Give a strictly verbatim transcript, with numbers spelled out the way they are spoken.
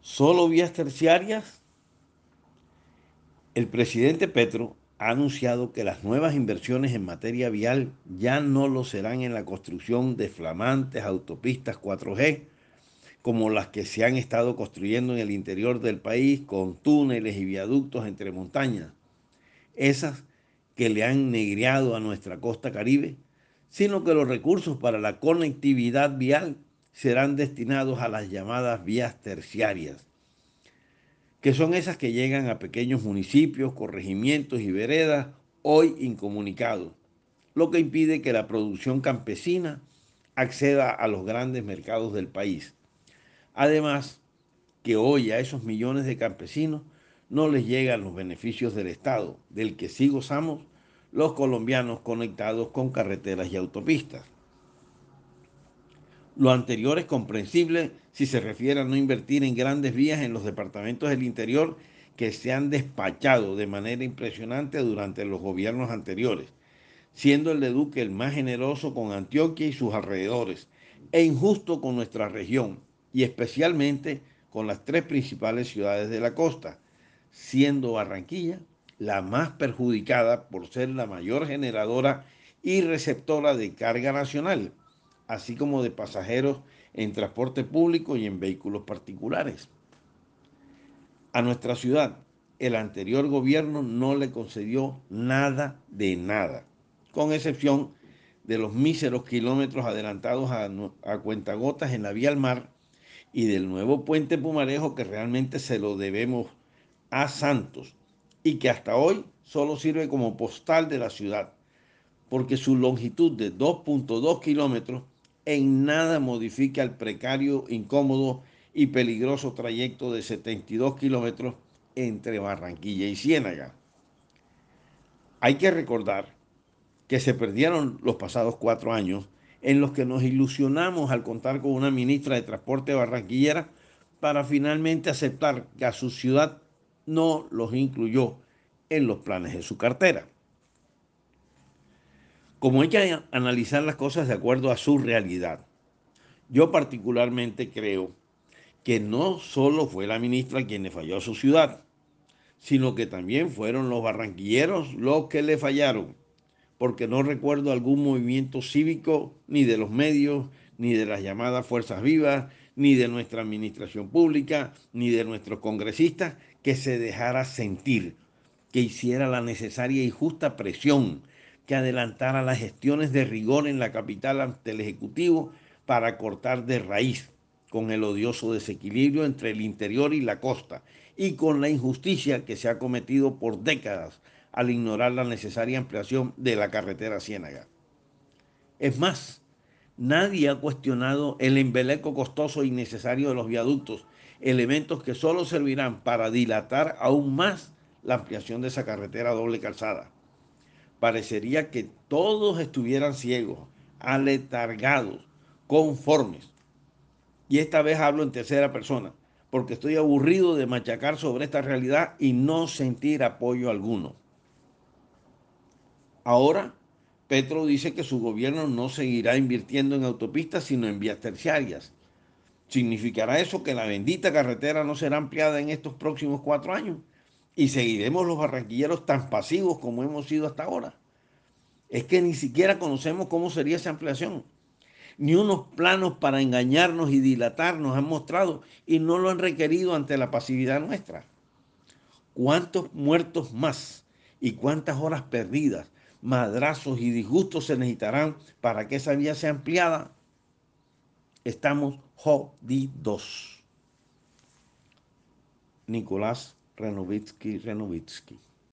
¿Solo vías terciarias? El presidente Petro ha anunciado que las nuevas inversiones en materia vial ya no lo serán en la construcción de flamantes autopistas cuatro G, como las que se han estado construyendo en el interior del país con túneles y viaductos entre montañas, esas que le han negreado a nuestra costa caribe, sino que los recursos para la conectividad vial serán destinados a las llamadas vías terciarias, que son esas que llegan a pequeños municipios, corregimientos y veredas hoy incomunicados, lo que impide que la producción campesina acceda a los grandes mercados del país. Además, que hoy a esos millones de campesinos no les llegan los beneficios del Estado, del que sí gozamos los colombianos conectados con carreteras y autopistas. Lo anterior es comprensible si se refiere a no invertir en grandes vías en los departamentos del interior que se han despachado de manera impresionante durante los gobiernos anteriores, siendo el de Duque el más generoso con Antioquia y sus alrededores, e injusto con nuestra región, y especialmente con las tres principales ciudades de la costa, siendo Barranquilla la más perjudicada por ser la mayor generadora y receptora de carga nacional, así como de pasajeros en transporte público y en vehículos particulares. A nuestra ciudad, el anterior gobierno no le concedió nada de nada, con excepción de los míseros kilómetros adelantados a, a cuentagotas en la vía al mar y del nuevo puente Pumarejo que realmente se lo debemos a Santos y que hasta hoy solo sirve como postal de la ciudad, porque su longitud de dos punto dos kilómetros en nada modifica el precario, incómodo y peligroso trayecto de setenta y dos kilómetros entre Barranquilla y Ciénaga. Hay que recordar que se perdieron los pasados cuatro años en los que nos ilusionamos al contar con una ministra de Transporte barranquillera para finalmente aceptar que a su ciudad no los incluyó en los planes de su cartera. Como hay que analizar las cosas de acuerdo a su realidad, yo particularmente creo que no solo fue la ministra quien le falló a su ciudad, sino que también fueron los barranquilleros los que le fallaron, porque no recuerdo algún movimiento cívico, ni de los medios, ni de las llamadas fuerzas vivas, ni de nuestra administración pública, ni de nuestros congresistas, que se dejara sentir, que hiciera la necesaria y justa presión, que adelantara las gestiones de rigor en la capital ante el Ejecutivo para cortar de raíz con el odioso desequilibrio entre el interior y la costa y con la injusticia que se ha cometido por décadas al ignorar la necesaria ampliación de la carretera Ciénaga. Es más, nadie ha cuestionado el embeleco costoso e innecesario de los viaductos, elementos que solo servirán para dilatar aún más la ampliación de esa carretera doble calzada. Parecería que todos estuvieran ciegos, aletargados, conformes. Y esta vez hablo en tercera persona, porque estoy aburrido de machacar sobre esta realidad y no sentir apoyo alguno. Ahora, Petro dice que su gobierno no seguirá invirtiendo en autopistas, sino en vías terciarias. ¿Significará eso que la bendita carretera no será ampliada en estos próximos cuatro años? ¿Y seguiremos los barranquilleros tan pasivos como hemos sido hasta ahora? Es que ni siquiera conocemos cómo sería esa ampliación. Ni unos planos para engañarnos y dilatarnos han mostrado y no lo han requerido ante la pasividad nuestra. ¿Cuántos muertos más y cuántas horas perdidas, madrazos y disgustos se necesitarán para que esa vía sea ampliada? Estamos jodidos. Nicolás Renovitsky Renovitsky.